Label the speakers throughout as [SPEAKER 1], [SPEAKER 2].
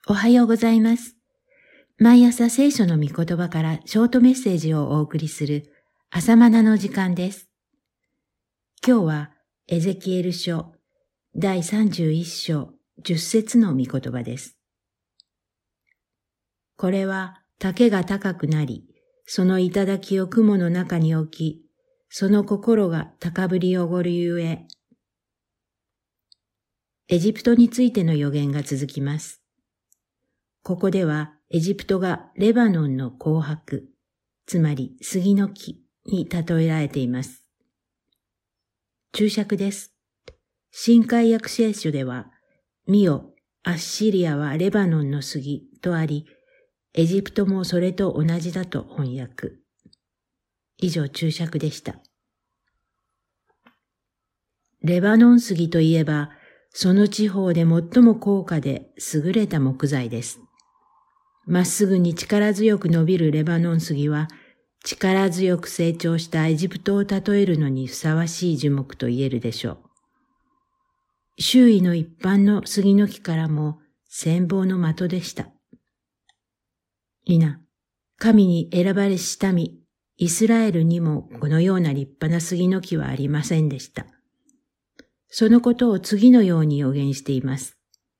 [SPEAKER 1] おはようございます。毎朝聖書の御言葉からショートメッセージをお送りする朝マナの時間です。今日はエゼキエル書第31章10節の御言葉です。これは丈が高くなり、その頂を雲の中に置き、その心が高ぶりおごるゆえ。エジプトについての予言が続きます。ここではエジプトがレバノンの紅白、つまり杉の木に例えられています。注釈です。新海訳聖書では、見よ、アッシリアはレバノンの杉とあり、エジプトもそれと同じだと翻訳。以上注釈でした。レバノン杉といえば、その地方で最も高価で優れた木材です。まっすぐに力強く伸びるレバノン杉は、力強く成長したエジプトを例えるのにふさわしい樹木と言えるでしょう。周囲の一般の杉の木からも羨望の的でした。皆、神に選ばれし民、イスラエルにもこのような立派な杉の木はありませんでした。そのことを次のように予言しています。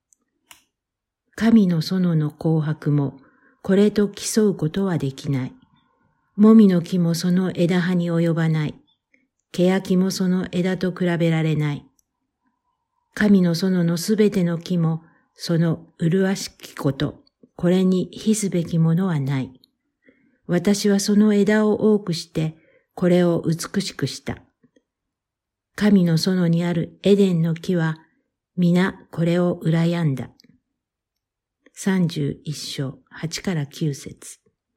[SPEAKER 1] 神の園の紅白もこれと競うことはできない。もみの木もその枝葉に及ばない。欅もその枝と比べられない。神の園のすべての木もその麗しきこと、これに比すべきものはない。私はその枝を多くしてこれを美しくした。神の園にあるエデンの木は皆これを羨んだ。31章8から9節。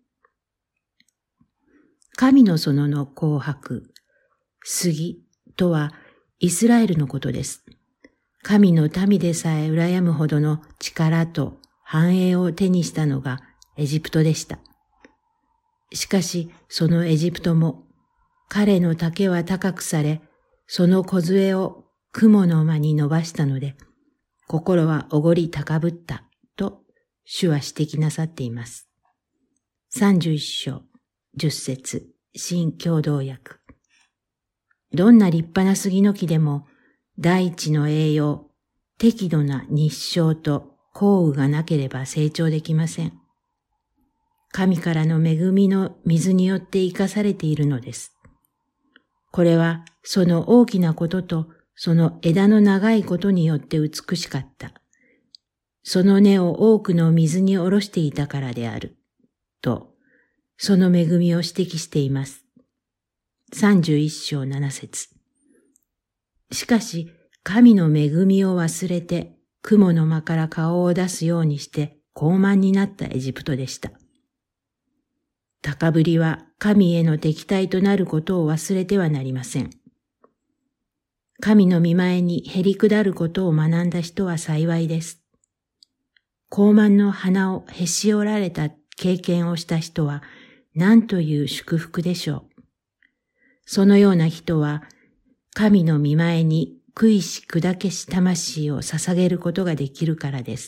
[SPEAKER 1] 神の園の紅白、杉とはイスラエルのことです。神の民でさえ羨むほどの力と繁栄を手にしたのがエジプトでした。しかしそのエジプトも彼の丈は高くされ、その梢を雲の間に伸ばしたので、心はおごり高ぶったと主は指摘なさっています。31章10節新共同訳。どんな立派な杉の木でも大地の栄養、適度な日照と降雨がなければ成長できません。神からの恵みの水によって生かされているのです。これはその大きなこととその枝の長いことによって美しかった。その根を多くの水に下ろしていたからである。と、その恵みを指摘しています。31章7節。しかし、神の恵みを忘れて、雲の間から顔を出すようにして傲慢になったエジプトでした。高ぶりは神への敵対となることを忘れてはなりません。神の御前にへり下ることを学んだ人は幸いです。高慢の鼻をへし折られた経験をした人は何という祝福でしょう。そのような人は神の御前に悔いし砕けし魂を捧げることができるからです。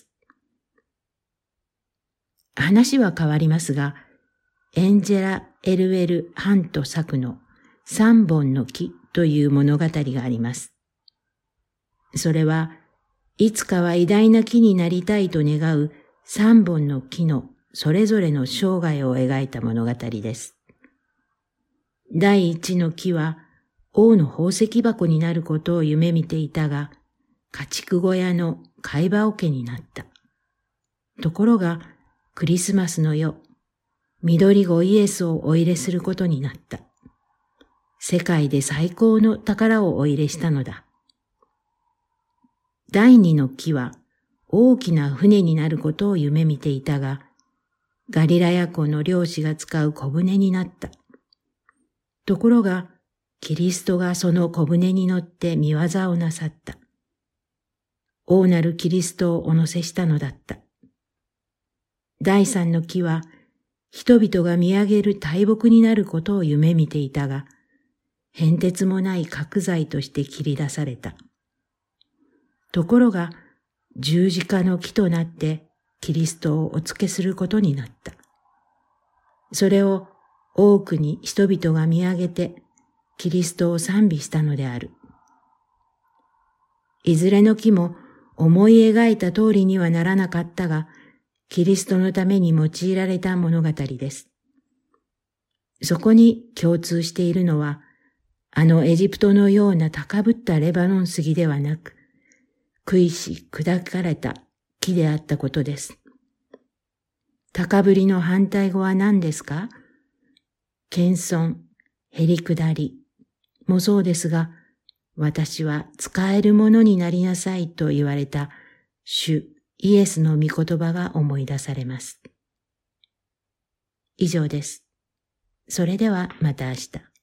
[SPEAKER 1] 話は変わりますが、エンジェラ・エルウェル・ハント作の3本の木という物語があります。それはいつかは偉大な木になりたいと願う3本の木のそれぞれの生涯を描いた物語です。第一の木は王の宝石箱になることを夢見ていたが、家畜小屋の貝羽桶になった。ところがクリスマスの夜、緑子イエスをお入れすることになった。世界で最高の宝をお入れしたのだ。第二の木は大きな船になることを夢見ていたが、ガリラヤ湖の漁師が使う小舟になった。ところが、キリストがその小舟に乗って見業をなさった。王なるキリストをお乗せしたのだった。第三の木は、人々が見上げる大木になることを夢見ていたが、変哲もない角材として切り出された。ところが、十字架の木となってキリストをお付けすることになった。それを多くに人々が見上げて、キリストを賛美したのである。いずれの木も思い描いた通りにはならなかったが、キリストのために用いられた物語です。そこに共通しているのは、あのエジプトのような高ぶったレバノン杉ではなく、食いし砕かれた木であったことです。高ぶりの反対語は何ですか？謙遜、へりくだりもそうですが、私は使えるものになりなさいと言われた主イエスの御言葉が思い出されます。以上です。それではまた明日。